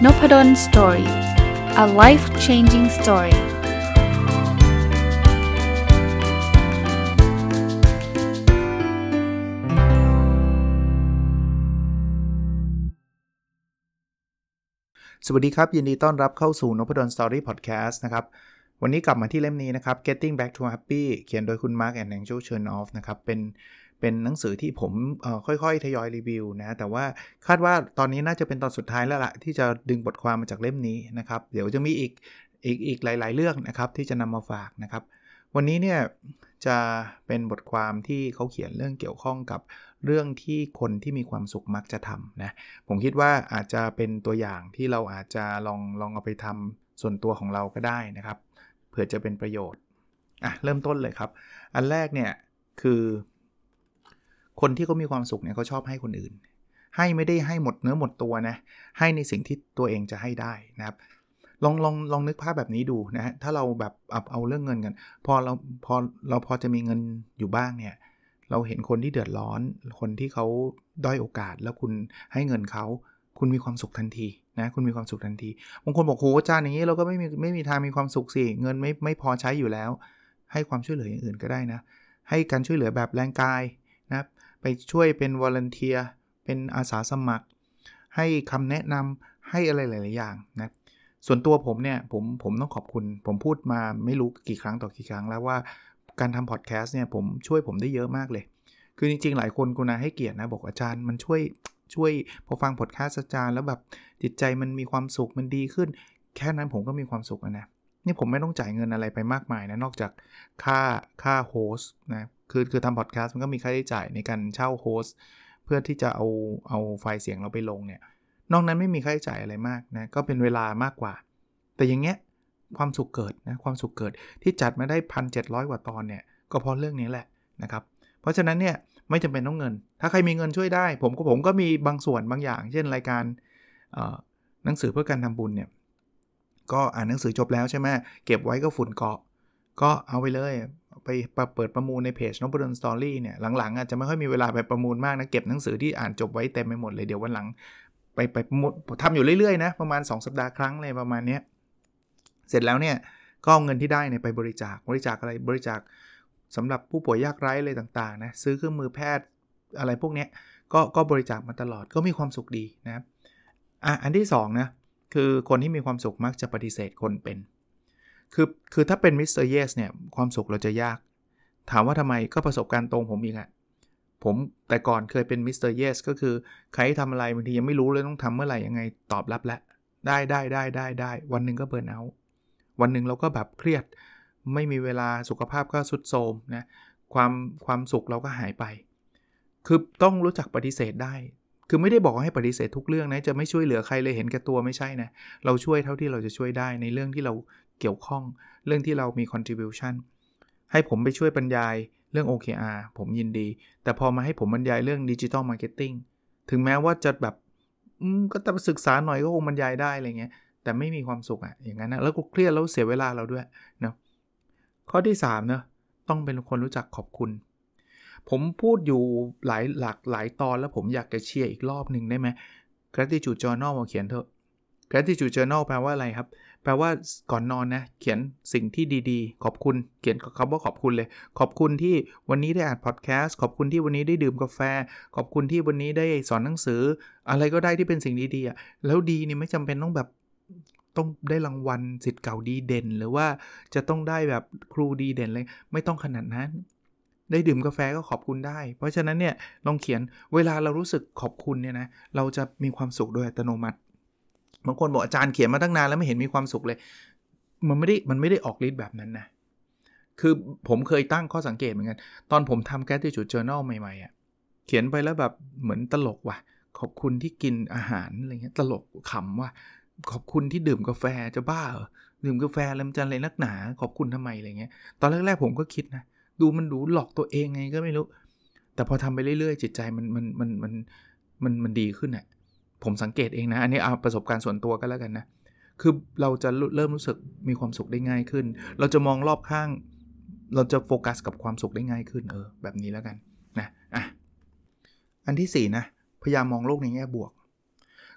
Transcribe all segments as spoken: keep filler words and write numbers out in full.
Noppadan Story. A life-changing story. สวัสดีครับยินดีต้อนรับเข้าสู่ Noppadan Story Podcast นะครับวันนี้กลับมาที่เล่มนี้นะครับ Getting Back to Happy เขียนโดยคุณ Mark and Angel Chernoff นะครับเป็นเป็นหนังสือที่ผมเอ่อค่อยๆทยอยรีวิวนะแต่ว่าคาดว่าตอนนี้น่าจะเป็นตอนสุดท้ายแล้วล่ะที่จะดึงบทความมาจากเล่มนี้นะครับเดี๋ยวจะมีอีกอีกอีกหลายๆเรื่องนะครับที่จะนำมาฝากนะครับวันนี้เนี่ยจะเป็นบทความที่เขาเขียนเรื่องเกี่ยวข้องกับเรื่องที่คนที่มีความสุขมักจะทำนะผมคิดว่าอาจจะเป็นตัวอย่างที่เราอาจจะลองลองเอาไปทำส่วนตัวของเราก็ได้นะครับเผื่อจะเป็นประโยชน์อ่ะเริ่มต้นเลยครับอันแรกเนี่ยคือคนที่เขามีความสุขเนี่ยเขาชอบให้คนอื่นให้ไม่ได้ให้หมดเนื้อหมดตัวนะให้ในสิ่งที่ตัวเองจะให้ได้นะครับลองลองลองนึกภาพแบบนี้ดูนะฮะถ้าเราแบบเอาเอาเรื่องเงินกันพอเราพอเราพอจะมีเงินอยู่บ้างเนี่ยเราเห็นคนที่เดือดร้อนคนที่เขาด้อยโอกาสแล้วคุณให้เงินเขาคุณมีความสุขทันทีนะคุณมีความสุขทันทีบางคนบอกโหอาจารย์อย่างนี้เราก็ไม่มีไม่มีทางมีความสุขสิเงินไม่ไม่พอใช้อยู่แล้วให้ความช่วยเหลืออย่างอื่นก็ได้นะให้การช่วยเหลือแบบแรงกายนะไปช่วยเป็นวอลันเทียร์เป็นอาสาสมัครให้คำแนะนำให้อะไรหลายๆอย่างนะส่วนตัวผมเนี่ยผมผมต้องขอบคุณผมพูดมาไม่รู้กี่ครั้งต่อกี่ครั้งแล้วว่าการทำพอดแคสต์เนี่ยผมช่วยผมได้เยอะมากเลยคือจริงๆหลายคนกูนะให้เกียรตินะบอกอาจารย์มันช่วยช่วยพอฟังพอดแคสต์อาจารย์แล้วแบบจิตใจมันมีความสุขมันดีขึ้นแค่นั้นผมก็มีความสุขแล้วนะนี่ผมไม่ต้องจ่ายเงินอะไรไปมากมายนะนอกจากค่าค่าโฮสต์นะคือคือทำพอดแคสต์มันก็มีค่าใช้จ่ายในการเช่าโฮสต์เพื่อที่จะเอาเอาไฟล์เสียงเราไปลงเนี่ยนอกนั้นไม่มีค่าใช้จ่ายอะไรมากนะก็เป็นเวลามากกว่าแต่อย่างเงี้ยความสุขเกิดนะความสุขเกิดที่จัดมาได้ หนึ่งพันเจ็ดร้อย กว่าตอนเนี่ยก็เพราะเรื่องนี้แหละนะครับเพราะฉะนั้นเนี่ยไม่จำเป็นต้องเงินถ้าใครมีเงินช่วยได้ผมก็ผมก็มีบางส่วนบางอย่างเช่นรายการหนังสือเพื่อการทำบุญเนี่ยก็อ่านหนังสือจบแล้วใช่ไหมเก็บไว้ก็ฝุ่นเกาะก็เอาไปเลยไปเปิดประมูลในเพจ Noppadan Story เนี่ยหลังๆอาจจะไม่ค่อยมีเวลาไปประมูลมากนะเก็บหนังสือที่อ่านจบไว้เต็มไปหมดเลยเดี๋ยววันหลังไปไปทำอยู่เรื่อยๆนะประมาณสองสัปดาห์ครั้งเลยประมาณนี้เสร็จแล้วเนี่ยก็เอาเงินที่ได้เนี่ยไปบริจาคบริจาคอะไรบริจาคสำหรับผู้ป่วยยากไร้อะไรต่างๆนะซื้อเครื่องมือแพทย์อะไรพวกนี้ก็ก็บริจาคมาตลอดก็มีความสุขดีนะครับอ่ะอันที่สองนะคือคนที่มีความสุขมักจะปฏิเสธคนเป็นคือคือถ้าเป็นมิสเตอร์เยสเนี่ยความสุขเราจะยากถามว่าทำไมก็ประสบการณ์ตรงผมอีกอะผมแต่ก่อนเคยเป็นมิสเตอร์เยสก็คือใครทำอะไรบางทียังไม่รู้เลยต้องทำเมื่อไหร่ยังไงตอบรับแล้วได้ได้ได้ได้ได้วันนึงก็เบิร์นเอาท์วันนึงเราก็แบบเครียดไม่มีเวลาสุขภาพก็ทรุดโทรมนะความความสุขเราก็หายไปคือต้องรู้จักปฏิเสธได้คือไม่ได้บอกให้ปฏิเสธทุกเรื่องนะจะไม่ช่วยเหลือใครเลยเห็นแก่ตัวไม่ใช่นะเราช่วยเท่าที่เราจะช่วยได้ในเรื่องที่เราเกี่ยวข้องเรื่องที่เรามี contribution ให้ผมไปช่วยบรรยายเรื่อง โอ เค อาร์ ผมยินดีแต่พอมาให้ผมบรรยายเรื่อง Digital Marketing ถึงแม้ว่าจะแบบอืมก็ต้องศึกษาหน่อยก็คงบรรยายได้อะไรเงี้ยแต่ไม่มีความสุขอะอย่างนั้นนะแล้วก็เครียดแล้วเสียเวลาเราด้วยเนาะข้อที่สามเนาะต้องเป็นคนรู้จักขอบคุณผมพูดอยู่หลายหลากหลายตอนแล้วผมอยากจะเชียร์อีกรอบนึงได้ไหม Gratitude Journal มาเขียนเถอะ Gratitude Journal แปลว่าอะไรครับแปลว่าก่อนนอนนะเขียนสิ่งที่ดีๆขอบคุณเขียนคำว่าขอบคุณเลยขอบคุณที่วันนี้ได้อ่านพอดแคสต์ขอบคุณที่วันนี้ได้ดื่มกาแฟขอบคุณที่วันนี้ได้สอนหนังสืออะไรก็ได้ที่เป็นสิ่งดีๆอ่ะแล้วดีนี่ไม่จำเป็นต้องแบบต้องได้รางวัลศิษย์เก่าดีเด่นหรือว่าจะต้องได้แบบครูดีเด่นเลยไม่ต้องขนาดนั้นได้ดื่มกาแฟก็ขอบคุณได้เพราะฉะนั้นเนี่ยลองเขียนเวลาเรารู้สึกขอบคุณเนี่ยนะเราจะมีความสุขโดยอัตโนมัติบางคนบอกอาจารย์เขียนมาตั้งนานแล้วไม่เห็นมีความสุขเลยมันไม่ได้มันไม่ได้ออกฤทธิ์แบบนั้นนะคือผมเคยตั้งข้อสังเกตเหมือนกันตอนผมทำ Gratitude Journal ใหม่ๆอ่ะเขียนไปแล้วแบบเหมือนตลกว่ะขอบคุณที่กินอาหารอะไรเงี้ยตลกขำว่ะขอบคุณที่ดื่มกาแฟจะบ้าเหรอดื่มกาแฟแล้วมันจะอะไรนักหนาขอบคุณทำไมอะไรเงี้ยตอนแรกๆผมก็คิดนะดูมันดูหลอกตัวเองไงก็ไม่รู้แต่พอทำไปเรื่อยๆจิตใจมันมันมันมันมันมันดีขึ้นอ่ะผมสังเกตเองนะอันนี้เอาประสบการณ์ส่วนตัวก็แล้วกันนะคือเราจะเริ่มรู้สึกมีความสุขได้ง่ายขึ้นเราจะมองรอบข้างเราจะโฟกัสกับความสุขได้ง่ายขึ้นเออแบบนี้แล้วกันนะอ่ะอันที่สี่นะพยายามมองโลกในแง่บวก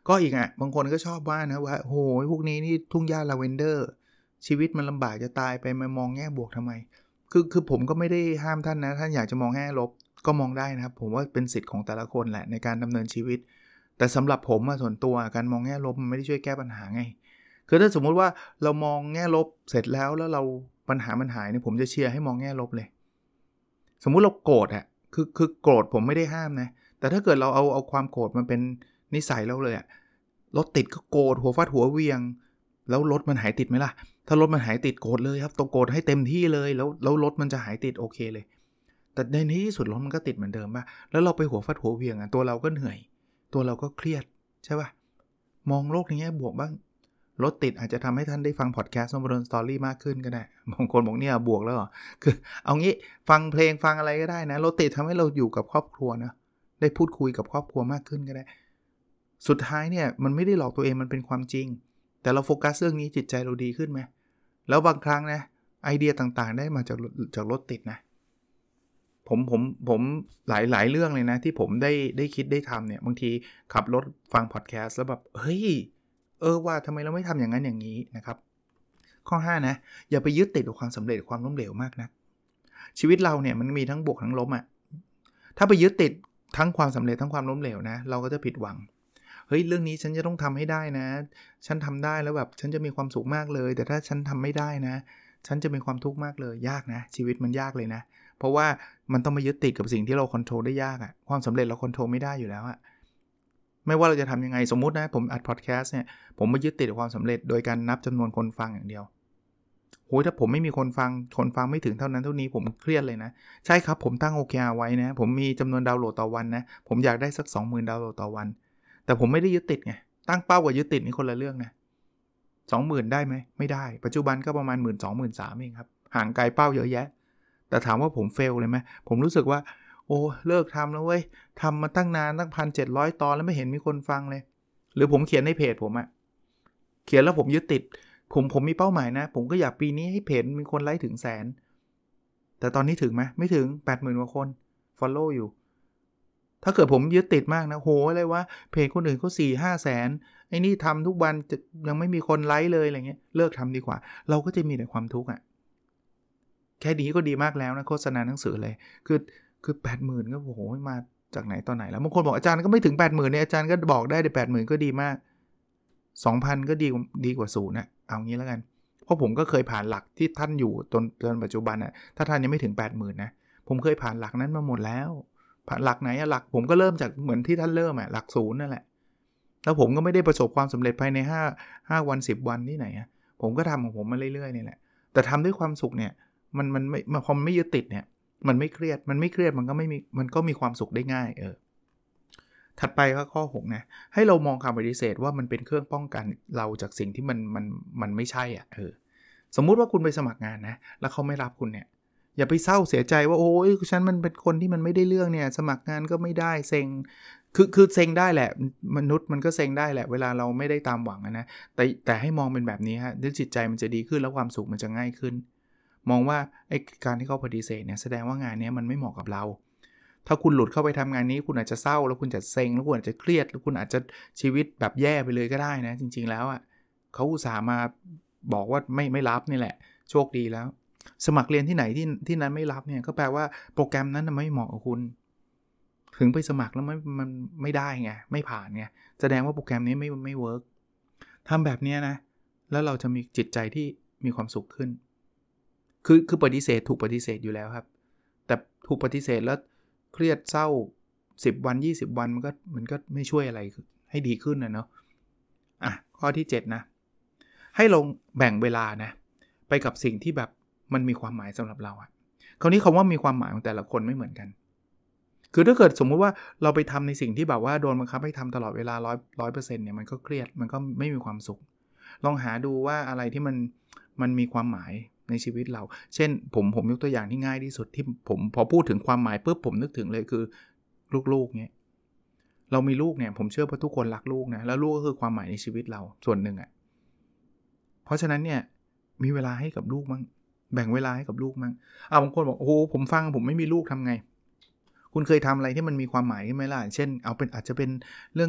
ก็อีกอ่ะบางคนก็ชอบว่านะว่าโอ้โหพวกนี้นี่ทุ่งหญ้าลาเวนเดอร์ชีวิตมันลำบากจะตายไปมามองแง่บวกทำไมคือคือผมก็ไม่ได้ห้ามท่านนะท่านอยากจะมองแง่ลบก็มองได้นะครับผมว่าเป็นสิทธิ์ของแต่ละคนแหละในการดำเนินชีวิตแต่สำหรับผมส่วนตัวการมองแง่ลบมันไม่ได้ช่วยแก้ปัญหาไงคือถ้าสมมุติว่าเรามองแง่ลบเสร็จแล้วแล้วเราปัญหามันหายเนี่ยผมจะเชียร์ให้มองแง่ลบเลยสมมุติเราโกรธอ่ะคือคือโกรธผมไม่ได้ห้ามนะแต่ถ้าเกิดเราเอาเอาความโกรธมันเป็นนิสัยเราเลยอ่ะรถติดก็โกรธหัวฟาดหัวเวียงแล้วรถมันหายติดไหมล่ะถ้ารถมันหายติดโกรธเลยครับต้องโกรธให้เต็มที่เลยแล้วแล้วรถมันจะหายติดโอเคเลยแต่ในที่สุดรถมันก็ติดเหมือนเดิมป่ะแล้วเราไปหัวฟาดหัวเวียงอ่ะตัวเราก็เหนื่อยตัวเราก็เครียดใช่ป่ะมองโลกในแง่บวกบ้างรถติดอาจจะทำให้ท่านได้ฟังพอดแคสต์นพดลสตอรี่มากขึ้นก็ได้บางคนบอกเนี่ยบวกแล้วเหรอคือเอางี้ฟังเพลงฟังอะไรก็ได้นะรถติดทำให้เราอยู่กับครอบครัวนะได้พูดคุยกับครอบครัวมากขึ้นก็ได้สุดท้ายเนี่ยมันไม่ได้หลอกตัวเองมันเป็นความจริงแต่เราโฟกัสเรื่องนี้จิตใจเราดีขึ้นไหมแล้วบางครั้งนะไอเดียต่างๆได้มาจากจากรถติดนะผมผมผมหลายหลายเรื่องเลยนะที่ผมได้ได้คิดได้ทำเนี่ยบางทีขับรถฟังพอดแคสต์แล้วแบบเฮ้ยเออว่าทำไมเราไม่ทำอย่างนั้นอย่างนี้นะครับข้อห้านะอย่าไปยึดติดกับความสำเร็จความล้มเหลวมากนะชีวิตเราเนี่ยมันมีทั้งบวกทั้งล้มอ่ะถ้าไปยึดติดทั้งความสำเร็จทั้งความล้มเหลวนะเราก็จะผิดหวังเฮ้ยเรื่องนี้ฉันจะต้องทำให้ได้นะฉันทำได้แล้วแบบฉันจะมีความสุขมากเลยแต่ถ้าฉันทำไม่ได้นะฉันจะมีความทุกข์มากเลยยากนะชีวิตมันยากเลยนะเพราะว่ามันต้องมายึดติดกับสิ่งที่เราควบคุมได้ยากอะความสำเร็จเราควบคุมไม่ได้อยู่แล้วอะไม่ว่าเราจะทำยังไงสมมุตินะผมอัดพอดแคสต์เนี่ยผมมายึดติดกับความสำเร็จโดยการนับจำนวนคนฟังอย่างเดียวโหถ้าผมไม่มีคนฟังคนฟังไม่ถึงเท่านั้นเท่านี้ผมเครียดเลยนะใช่ครับผมตั้ง โอ เค อาร์ ไว้นะผมมีจำนวนดาวน์โหลดต่อวันนะผมอยากได้สัก สองหมื่น ดาวน์โหลดต่อวันแต่ผมไม่ได้ยึดติดไงตั้งเป้ากับยึดติดนี่คนละเรื่องนะ สองหมื่น ได้ไหมไม่ได้ปัจจุบันก็ประมาณ หนึ่งหมื่นสองพัน หนึ่งหมื่นสามพัน เองครับห่างไกลเป้าเยอะแยะแต่ถามว่าผมเฟลเลยไหมผมรู้สึกว่าโอ้เลิกทำแล้วเว้ยทำมาตั้งนานตั้ง หนึ่งพันเจ็ดร้อย ตอนแล้วไม่เห็นมีคนฟังเลยหรือผมเขียนในเพจผมอะเขียนแล้วผมยึดติดผมผมมีเป้าหมายนะผมก็อยากปีนี้ให้เพจมีคนไลค์ถึงแสนแต่ตอนนี้ถึงไหมไม่ถึง แปดหมื่น กว่าคน follow อยู่ถ้าเกิดผมยึดติดมากนะโหอะไรวะเพจคนอื่นเขา สี่ห้า แสนไอ้นี่ทำทุกวันจะยังไม่มีคนไลค์เลยอะไรเงี้ยเลิกทำดีกว่าเราก็จะมีแต่ความทุกข์อ่ะแค่นี้ก็ดีมากแล้วนะโฆษณาหนังสือเลยคือคือ แปดหมื่น ก็โอ้โหมาจากไหนตอนไหนแล้วบางคนบอกอาจารย์ก็ไม่ถึง แปดหมื่น เนี่ยอาจารย์ก็บอกได้แต่ แปดหมื่น ก็ดีมาก สองพัน ก็ดีดีกว่าศูนย์นะเอางี้แล้วกันเพราะผมก็เคยผ่านหลักที่ท่านอยู่จนจนปัจจุบันน่ะถ้าท่านยังไม่ถึง แปดหมื่น นะผมเคยผ่านหลักนั้นมาหมดแล้วผ่านหลักไหนอะหลักผมก็เริ่มจากเหมือนที่ท่านเริ่มอะหลักศูนย์นั่นแหละแล้วผมก็ไม่ได้ประสบความสำเร็จภายในห้า ห้าวันสิบวันที่ไหนอะผมก็ทำของผมมาเรื่อยๆนี่แหละแต่ทำด้วยความสุขเนี่ยมันมันไม่พอไม่ยึดติดเนี่ยมันไม่เครียดมันไม่เครียดมันก็ไม่มีมันก็มีความสุขได้ง่ายเออถัดไปก็ข้อหกนะให้เรามองคำปฏิเสธว่ามันเป็นเครื่องป้องกันเราจากสิ่งที่มันมันมันไม่ใช่อ่ะเออสมมุติว่าคุณไปสมัครงานนะแล้วเขาไม่รับคุณเนี่ยอย่าไปเศร้าเสียใจว่าโอ้ยฉันมันเป็นคนที่มันไม่ได้เรื่องเนี่ยสมัครงานก็ไม่ได้เซ็งคือคือเซ็งได้แหละมนุษย์มันก็เซ็งได้แหละเวลาเราไม่ได้ตามหวังนะแต่แต่ให้มองเป็นแบบนี้ฮะจิตใจมันจะดีขึ้นแล้วความสุขมันจะง่ายขึ้นมองว่าไอ้การที่เขาปฏิเสธเนี่ยแสดงว่างานนี้มันไม่เหมาะกับเราถ้าคุณหลุดเข้าไปทำงานนี้คุณอาจจะเศร้าแล้วคุณจะเซ็งแล้วคุณอาจจะเครียดแล้วคุณอาจจะชีวิตแบบแย่ไปเลยก็ได้นะจริงๆแล้วอ่ะเขาอุตส่าห์มาบอกว่าไม่ไม่รับนี่แหละโชคดีแล้วสมัครเรียนที่ไหนที่ที่นั้นไม่รับเนี่ยก็แปลว่าโปรแกรมนั้นไม่เหมาะกับคุณถึงไปสมัครแล้วมันมันไม่ได้ไงไม่ผ่านไงแสดงว่าโปรแกรมนี้ไม่ไม่เวิร์กทำแบบนี้นะแล้วเราจะมีจิตใจที่มีความสุขขึ้นคือคือปฏิเสธถูกปฏิเสธอยู่แล้วครับแต่ถูกปฏิเสธแล้วเครียดเศร้าสิบวันยี่สิบวันมันก็มันก็ไม่ช่วยอะไรให้ดีขึ้นนะเนาะอ่ะข้อที่เจ็ดนะให้ลงแบ่งเวลานะไปกับสิ่งที่แบบมันมีความหมายสำหรับเราอ่ะคราวนี้คำว่ามีความหมายของแต่ละคนไม่เหมือนกันคือถ้าเกิดสมมุติว่าเราไปทำในสิ่งที่แบบว่าโดนบังคับให้ทำตลอดเวลา ร้อย ร้อยเปอร์เซ็นต์ เนี่ยมันก็เครียดมันก็ไม่มีความสุขลองหาดูว่าอะไรที่มันมันมีความหมายในชีวิตเราเช่นผมผมยกตัวอย่างที่ง่ายที่สุดที่ผมพอพูดถึงความหมายปุ๊บผมนึกถึงเลยคือลูกๆเนี่ยเรามีลูกเนี่ยผมเชื่อว่าทุกคนรักลูกนะแล้วลูกก็คือความหมายในชีวิตเราส่วนหนึ่งอ่ะเพราะฉะนั้นเนี่ยมีเวลาให้กับลูกมั้งแบ่งเวลาให้กับลูกมั้งอ่ะบางคนบอกโอ้โหผมฟังผมไม่มีลูกทำไงคุณเคยทำอะไรที่มันมีความหมายไหมล่ะเช่นเอาเป็นอาจจะเป็นเรื่อง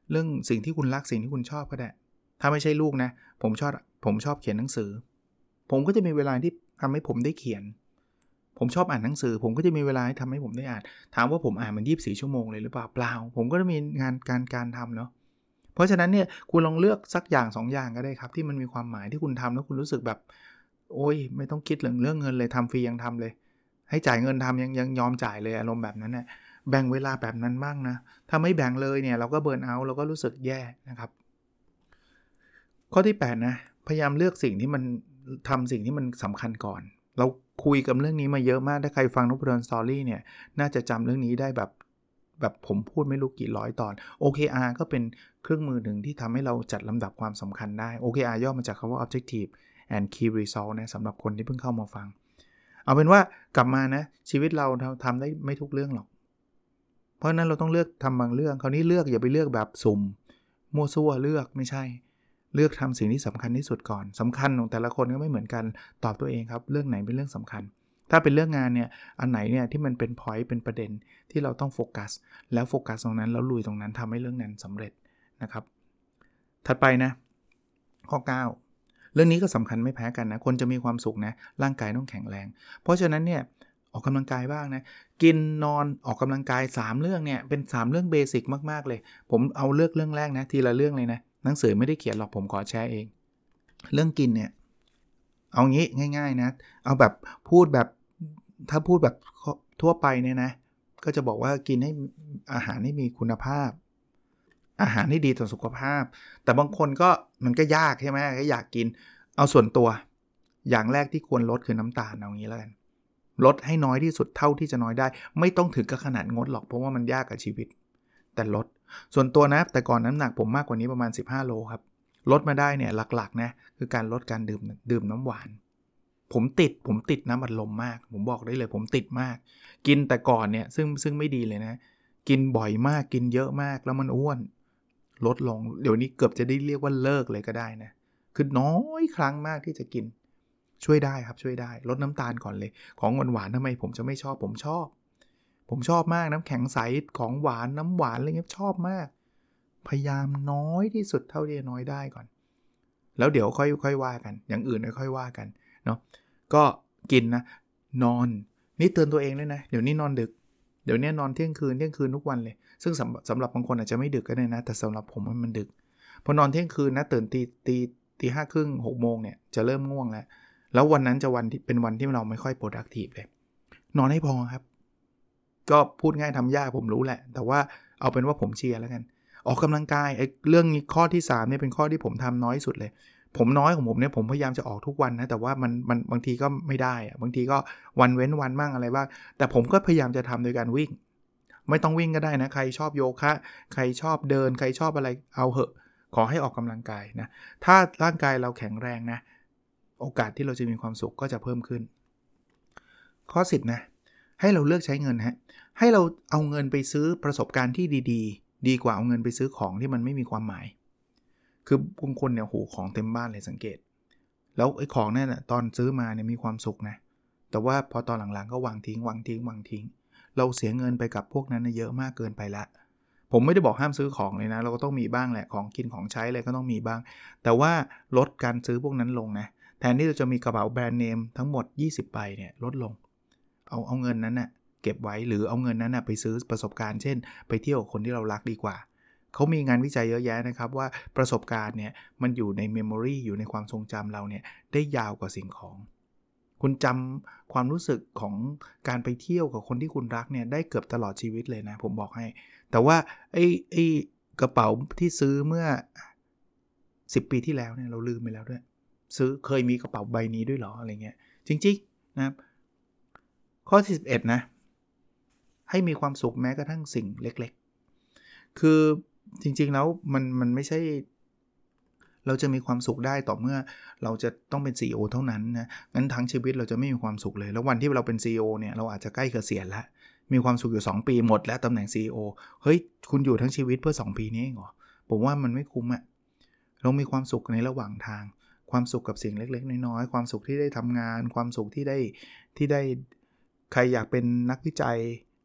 เรื่องสิ่งที่คุณรักสิ่งที่คุณชอบก็ได้ถ้าไม่ใช่ลูกนะผมชอบผมชอบเขียนหนังสือผมก็จะมีเวลาที่ทำให้ผมได้เขียนผมชอบอ่านหนังสือผมก็จะมีเวลาให้ทำให้ผมได้อ่านถามว่าผมอ่านมันยี่สิบสี่ชั่วโมงเลยหรือเปล่าเปล่าผมก็จะมีงานการการทำเนาะเพราะฉะนั้นเนี่ยคุณลองเลือกสักอย่างสองอย่างก็ได้ครับที่มันมีความหมายที่คุณทำแล้วคุณรู้สึกแบบโอ๊ยไม่ต้องคิดเรื่องเรื่องเงินเลยทำฟรียังทำเลยให้จ่ายเงินทำยังยังยอมจ่ายเลยอารมณ์แบบนั้นนะแบ่งเวลาแบบนั้นบ้างนะถ้าไม่แบ่งเลยเนี่ยเราก็เบิร์นเอาท์เราก็รู้สึกแย่นะครับข้อที่แปดนะพยายามเลือกสิ่งที่มันทำสิ่งที่มันสำคัญก่อนเราคุยกับเรื่องนี้มาเยอะมากถ้าใครฟังนพดลสตอรี่เนี่ยน่าจะจำเรื่องนี้ได้แบบแบบผมพูดไม่รู้กี่ร้อยตอน โอ เค อาร์ ก็เป็นเครื่องมือหนึ่งที่ทำให้เราจัดลำดับความสำคัญได้ โอ เค อาร์ ย่อมาจากคำว่า Objective and Key Result นะสำหรับคนที่เพิ่งเข้ามาฟังเอาเป็นว่ากลับมานะชีวิตเราทำได้ไม่ทุกเรื่องหรอกเพราะนั้นเราต้องเลือกทำบางเรื่องคราวนี้เลือกอย่าไปเลือกแบบสุ่มมั่วซั่วเลือกไม่ใช่เลือกทำสิ่งที่สำคัญที่สุดก่อนสำคัญของแต่ละคนก็ไม่เหมือนกันตอบตัวเองครับเรื่องไหนเป็นเรื่องสำคัญถ้าเป็นเรื่องงานเนี่ยอันไหนเนี่ยที่มันเป็น point เป็นประเด็นที่เราต้องโฟกัสแล้วโฟกัสตรงนั้นแล้วลุยตรงนั้นทำให้เรื่องนั้นสำเร็จนะครับถัดไปนะข้อเก้าเรื่องนี้ก็สำคัญไม่แพ้กันนะคนจะมีความสุขนะร่างกายต้องแข็งแรงเพราะฉะนั้นเนี่ยออกกำลังกายบ้างนะกินนอนออกกำลังกายสามเรื่องเนี่ยเป็นสามเรื่องเบสิกมากๆเลยผมเอาเลือกเรื่องแรกนะทีละเรื่องเลยนะหนังสือไม่ได้เขียนหรอกผมขอแชร์เองเรื่องกินเนี่ยเอางี้ง่ายๆนะเอาแบบพูดแบบถ้าพูดแบบทั่วไปเนี่ยนะก็จะบอกว่ากินให้อาหารให้มีคุณภาพอาหารให้ดีต่อสุขภาพแต่บางคนก็มันก็ยากใช่ไหมก็อยากกินเอาส่วนตัวอย่างแรกที่ควรลดคือน้ำตาลเอางี้แล้วกันลดให้น้อยที่สุดเท่าที่จะน้อยได้ไม่ต้องถึงกับขนาดงดหรอกเพราะว่ามันยากกับชีวิตแต่ลดส่วนตัวนะแต่ก่อนน้ำหนักผมมากกว่านี้ประมาณสิบห้าโลครับลดมาได้เนี่ยหลักๆนะคือการลดการดื่มดื่มน้ำหวานผมติดผมติดน้ำอัดลมมากผมบอกได้เลยผมติดมากกินแต่ก่อนเนี่ยซึ่งซึ่งไม่ดีเลยนะกินบ่อยมากกินเยอะมากแล้วมันอ้วนลดลงเดี๋ยวนี้เกือบจะได้เรียกว่าเลิกเลยก็ได้นะคือน้อยครั้งมากที่จะกินช่วยได้ครับช่วยได้ลดน้ำตาลก่อนเลยของหวานๆทำไมผมจะไม่ชอบผมชอบผมชอบมากน้ำแข็งใสของหวานน้ำหวานอะไรเงี้ยชอบมากพยายามน้อยที่สุดเท่าที่จะน้อยได้ก่อนแล้วเดี๋ยวค่อยค่อยว่ากันอย่างอื่นค่อยว่ากันเนาะก็กินนะนอนนี่เตือนตัวเองด้วยนะเดี๋ยวนี้นอนดึกเดี๋ยวนี้นอนเที่ยงคืนเที่ยงคืนทุกวันเลยซึ่งสำสำหรับบางคนอาจจะไม่ดึกก็ได้นะแต่สำหรับผมมันดึกพอนอนเที่ยงคืนนะตื่นตีตีตีห้าครึ่งหกโมงเนี่ยจะเริ่มง่วงแล้วแล้ววันนั้นจะวันที่เป็นวันที่เราไม่ค่อย productive เลยนอนให้พอครับก็พูดง่ายทำยากผมรู้แหละแต่ว่าเอาเป็นว่าผมเชียร์แล้วกันออกกำลังกายไอ้เรื่องนี้ข้อที่สามเนี่ยเป็นข้อที่ผมทำน้อยสุดเลยผมน้อยของผมเนี่ยผมพยายามจะออกทุกวันนะแต่ว่ามันมันบางทีก็ไม่ได้อะบางทีก็วันเว้นวันบ้างอะไรบ้างแต่ผมก็พยายามจะทำโดยการวิ่งไม่ต้องวิ่งก็ได้นะใครชอบโยคะใครชอบเดินใครชอบอะไรเอาเหอะขอให้ออกกำลังกายนะถ้าร่างกายเราแข็งแรงนะโอกาสที่เราจะมีความสุขก็จะเพิ่มขึ้นข้อสิบนะให้เราเลือกใช้เงินฮะให้เราเอาเงินไปซื้อประสบการณ์ที่ดีๆดีกว่าเอาเงินไปซื้อของที่มันไม่มีความหมายคือบางคนเนี่ยโหของเต็มบ้านเลยสังเกตแล้วไอ้ของนั่นน่ะตอนซื้อมาเนี่ยมีความสุขนะแต่ว่าพอตอนหลังๆก็วางทิ้งวางทิ้งวางทิ้งเราเสียเงินไปกับพวกนั้นเยอะมากเกินไปละผมไม่ได้บอกห้ามซื้อของเลยนะเราก็ต้องมีบ้างแหละของกินของใช้อะไรก็ต้องมีบ้างแต่ว่าลดการซื้อพวกนั้นลงนะแทนที่เราจะมีกระเป๋าแบรนด์เนมทั้งหมดยี่สิบใบเนี่ยลดลงเอาเอาเงินนั้นน่ะเก็บไว้หรือเอาเงินนั้นน่ะไปซื้อประสบการณ์เช่นไปเที่ยวกับคนที่เรารักดีกว่าเขามีงานวิจัยเยอะแยะนะครับว่าประสบการณ์เนี่ยมันอยู่ในเมมโมรีอยู่ในความทรงจำเราเนี่ยได้ยาวกว่าสิ่งของคุณจำความรู้สึกของการไปเที่ยวกับคนที่คุณรักเนี่ยได้เกือบตลอดชีวิตเลยนะผมบอกให้แต่ว่าไอ้ไอ้กระเป๋าที่ซื้อเมื่อสิบปีที่แล้วเนี่ยเราลืมไปแล้วด้วยซื้อเคยมีกระเป๋าใบนี้ด้วยหรออะไรเงี้ยจริงๆนะครับข้อที่สิบเอ็ดนะให้มีความสุขแม้กระทั่งสิ่งเล็กๆคือจริงๆแล้วมันมันไม่ใช่เราจะมีความสุขได้ต่อเมื่อเราจะต้องเป็น ซี อี โอ เท่านั้นนะงั้นทั้งชีวิตเราจะไม่มีความสุขเลยแล้ววันที่เราเป็น ซี อี โอ เนี่ยเราอาจจะใกล้เกษียณแล้วมีความสุขอยู่สองปีหมดแล้วตำแหน่ง ซี อี โอ เฮ้ยคุณอยู่ทั้งชีวิตเพื่อสองปีนี้เองเหรอผมว่ามันไม่คุ้มอะเรามีความสุขในระหว่างทางความสุขกับสิ่งเล็กๆน้อยๆความสุขที่ได้ทำงานความสุขที่ได้ที่ได้ใครอยากเป็นนักวิจัย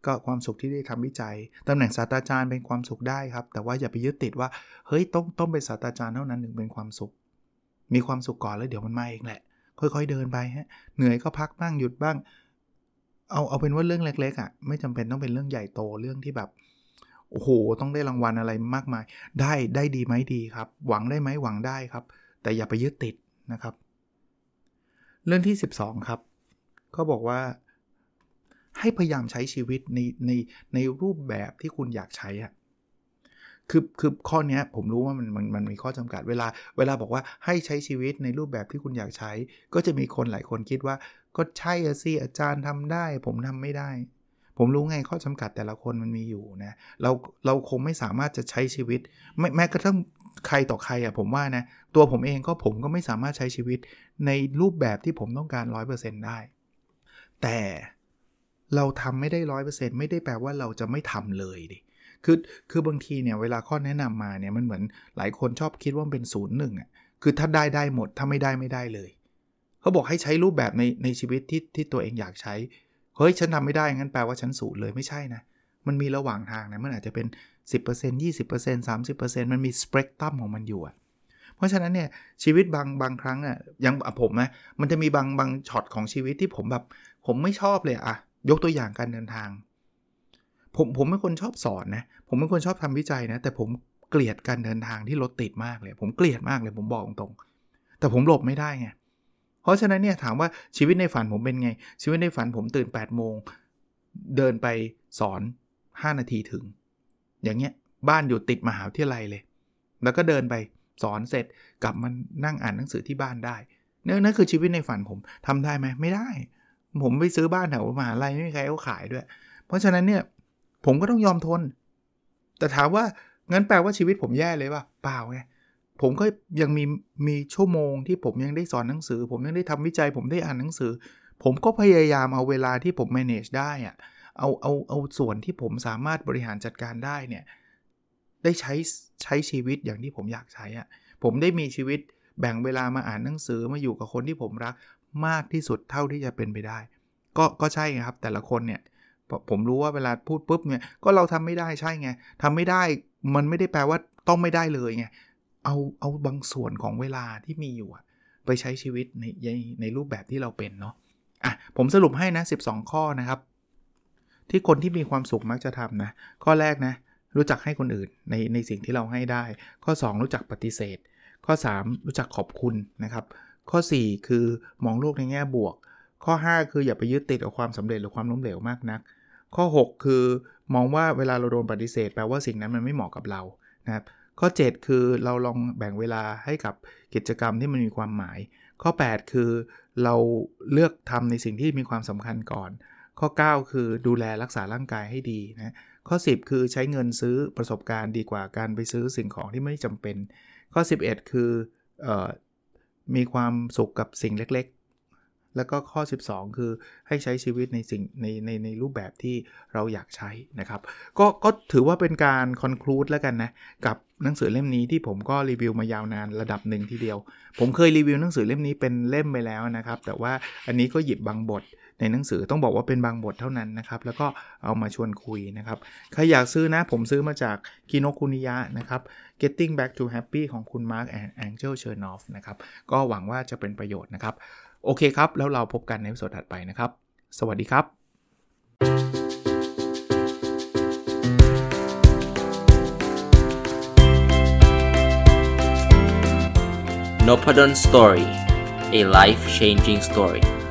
ก็ความสุขที่ได้ทำวิจัยตำแหน่งศาสตราจารย์เป็นความสุขได้ครับแต่ว่าอย่าไปยึดติดว่าเฮ้ยต้องต้องเป็นศาสตราจารย์เท่านั้นถึงเป็นความสุขมีความสุขก่อนแล้วเดี๋ยวมันมาเองแหละค่อยๆเดินไปฮะเหนื่อยก็พักบ้างหยุดบ้างเอาเอาเป็นว่าเรื่องเล็กๆอ่ะไม่จำเป็นต้องเป็นเรื่องใหญ่โตเรื่องที่แบบโอ้โหต้องได้รางวัลอะไรมากมายได้ได้ดีไหมดีครับหวังได้ไหมหวังได้ครับแต่อย่าไปยึดติดนะครับเรื่องที่สิบสองครับก็บอกว่าให้พยายามใช้ชีวิตในในในรูปแบบที่คุณอยากใช้อ่ะคือคือข้อนี้ผมรู้ว่ามันมันมันมีข้อจำกัดเวลาเวลาบอกว่าให้ใช้ชีวิตในรูปแบบที่คุณอยากใช้ก็จะมีคนหลายคนคิดว่าก็ใช่สิอาจารย์ทำได้ผมทำไม่ได้ผมรู้ไงข้อจำกัดแต่ละคนมันมีอยู่นะเราเราคงไม่สามารถจะใช้ชีวิตไม่แม้กระทั่งใครต่อใครอ่ะผมว่านะตัวผมเองก็ผมก็ไม่สามารถใช้ชีวิตในรูปแบบที่ผมต้องการ ร้อยเปอร์เซ็นต์ ได้แต่เราทำไม่ได้ ร้อยเปอร์เซ็นต์ ไม่ได้แปลว่าเราจะไม่ทำเลยดิคือคือบางทีเนี่ยเวลาข้อแนะนำมาเนี่ยมันเหมือนหลายคนชอบคิดว่ามันเป็นศูนย์หนึ่งอ่ะคือถ้าได้ได้หมดถ้าไม่ได้ไม่ได้เลยเขาบอกให้ใช้รูปแบบในในชีวิตที่ที่ตัวเองอยากใช้เฮ้ยฉันทำไม่ได้งั้นแปลว่าฉันศูนย์เลยไม่ใช่นะมันมีระหว่างทางนะมันอาจจะเป็น สิบเปอร์เซ็นต์ ยี่สิบเปอร์เซ็นต์ สามสิบเปอร์เซ็นต์ มันมีสเปกตรัมของมันอยู่อ่ะเพราะฉะนั้นเนี่ยชีวิตบางบางครั้งอ่ะอย่างผมนะมันจะมีบางบางช็อตของชีวิตที่ผมแบบผมไม่ชอบเลยอ่ะยกตัวอย่างการเดินทางผมผมเป็นคนชอบสอนนะผมเป็นคนชอบทำวิจัยนะแต่ผมเกลียดการเดินทางที่รถติดมากเลยผมเกลียดมากเลยผมบอกตรงๆแต่ผมหลบไม่ได้ไงเพราะฉะนั้นเนี่ยถามว่าชีวิตในฝันผมเป็นไงชีวิตในฝันผมตื่น แปดโมงเดินไปสอนห้านาทีถึงอย่างเงี้ยบ้านอยู่ติดมหาวิทยาลัยเลยแล้วก็เดินไปสอนเสร็จกลับมานั่งอ่านหนังสือที่บ้านได้นั่นนั่นคือชีวิตในฝันผมทำได้ไหมไม่ได้ผมไปซื้อบ้านแถวมหาลัยไม่มีใครเขาขายด้วยเพราะฉะนั้นเนี่ยผมก็ต้องยอมทนแต่ถามว่างั้นแปลว่าชีวิตผมแย่เลยป่ะเปล่าไงผมก็ยังมีมีชั่วโมงที่ผมยังได้สอนหนังสือผมยังได้ทำวิจัยผมได้อ่านหนังสือผมก็พยายามเอาเวลาที่ผม manage ได้อะเอาเอาเอาส่วนที่ผมสามารถบริหารจัดการได้เนี่ยได้ใช้ใช้ชีวิตอย่างที่ผมอยากใช้อ่ะผมได้มีชีวิตแบ่งเวลามาอ่านหนังสือมาอยู่กับคนที่ผมรักมากที่สุดเท่าที่จะเป็นไปได้ก็ก็ใช่ไงครับแต่ละคนเนี่ยผมรู้ว่าเวลาพูดปุ๊บเนี่ยก็เราทำไม่ได้ใช่ไงทำไม่ได้มันไม่ได้แปลว่าต้องไม่ได้เลยไงเอาเอาบางส่วนของเวลาที่มีอยู่ไปใช้ชีวิตในในในรูปแบบที่เราเป็นเนาะอ่ะผมสรุปให้นะสิบสองข้อนะครับที่คนที่มีความสุขมักจะทำนะข้อแรกนะรู้จักให้คนอื่นในในสิ่งที่เราให้ได้ข้อสองรู้จักปฏิเสธข้อสามรู้จักขอบคุณนะครับข้อสี่คือมองโลกในแง่บวกข้อห้าคืออย่าไปยึดติดกับความสำเร็จหรือความล้มเหลวมากนักข้อหกคือมองว่าเวลาเราโดนปฏิเสธแปลว่าสิ่งนั้นมันไม่เหมาะกับเรานะครับข้อเจ็ดคือเราลองแบ่งเวลาให้กับกิจกรรมที่มันมีความหมายข้อแปดคือเราเลือกทำในสิ่งที่มีความสำคัญก่อนข้อเก้าคือดูแลรักษาร่างกายให้ดีนะข้อสิบคือใช้เงินซื้อประสบการณ์ดีกว่าการไปซื้อสิ่งของที่ไม่จำเป็นข้อสิบเอ็ดคือเอ่อมีความสุขกับสิ่งเล็กๆแล้วก็ข้อสิบสองคือให้ใช้ชีวิตในสิ่งในในในรูปแบบที่เราอยากใช้นะครับก็ก็ถือว่าเป็นการคอนคลูดแล้วกันนะกับหนังสือเล่มนี้ที่ผมก็รีวิวมายาวนานระดับหนึ่งทีเดียวผมเคยรีวิวหนังสือเล่มนี้เป็นเล่มไปแล้วนะครับแต่ว่าอันนี้ก็หยิบบางบทในหนังสือต้องบอกว่าเป็นบางบทเท่านั้นนะครับแล้วก็เอามาชวนคุยนะครับใครอยากซื้อนะผมซื้อมาจากคิโนคุนิยะนะครับ Getting Back to Happy ของคุณ Mark and Angel Chernoff นะครับก็หวังว่าจะเป็นประโยชน์นะครับโอเคครับแล้วเราพบกันในตอนถัดไปนะครับสวัสดีครับ Nopadon Story, a life-changing story.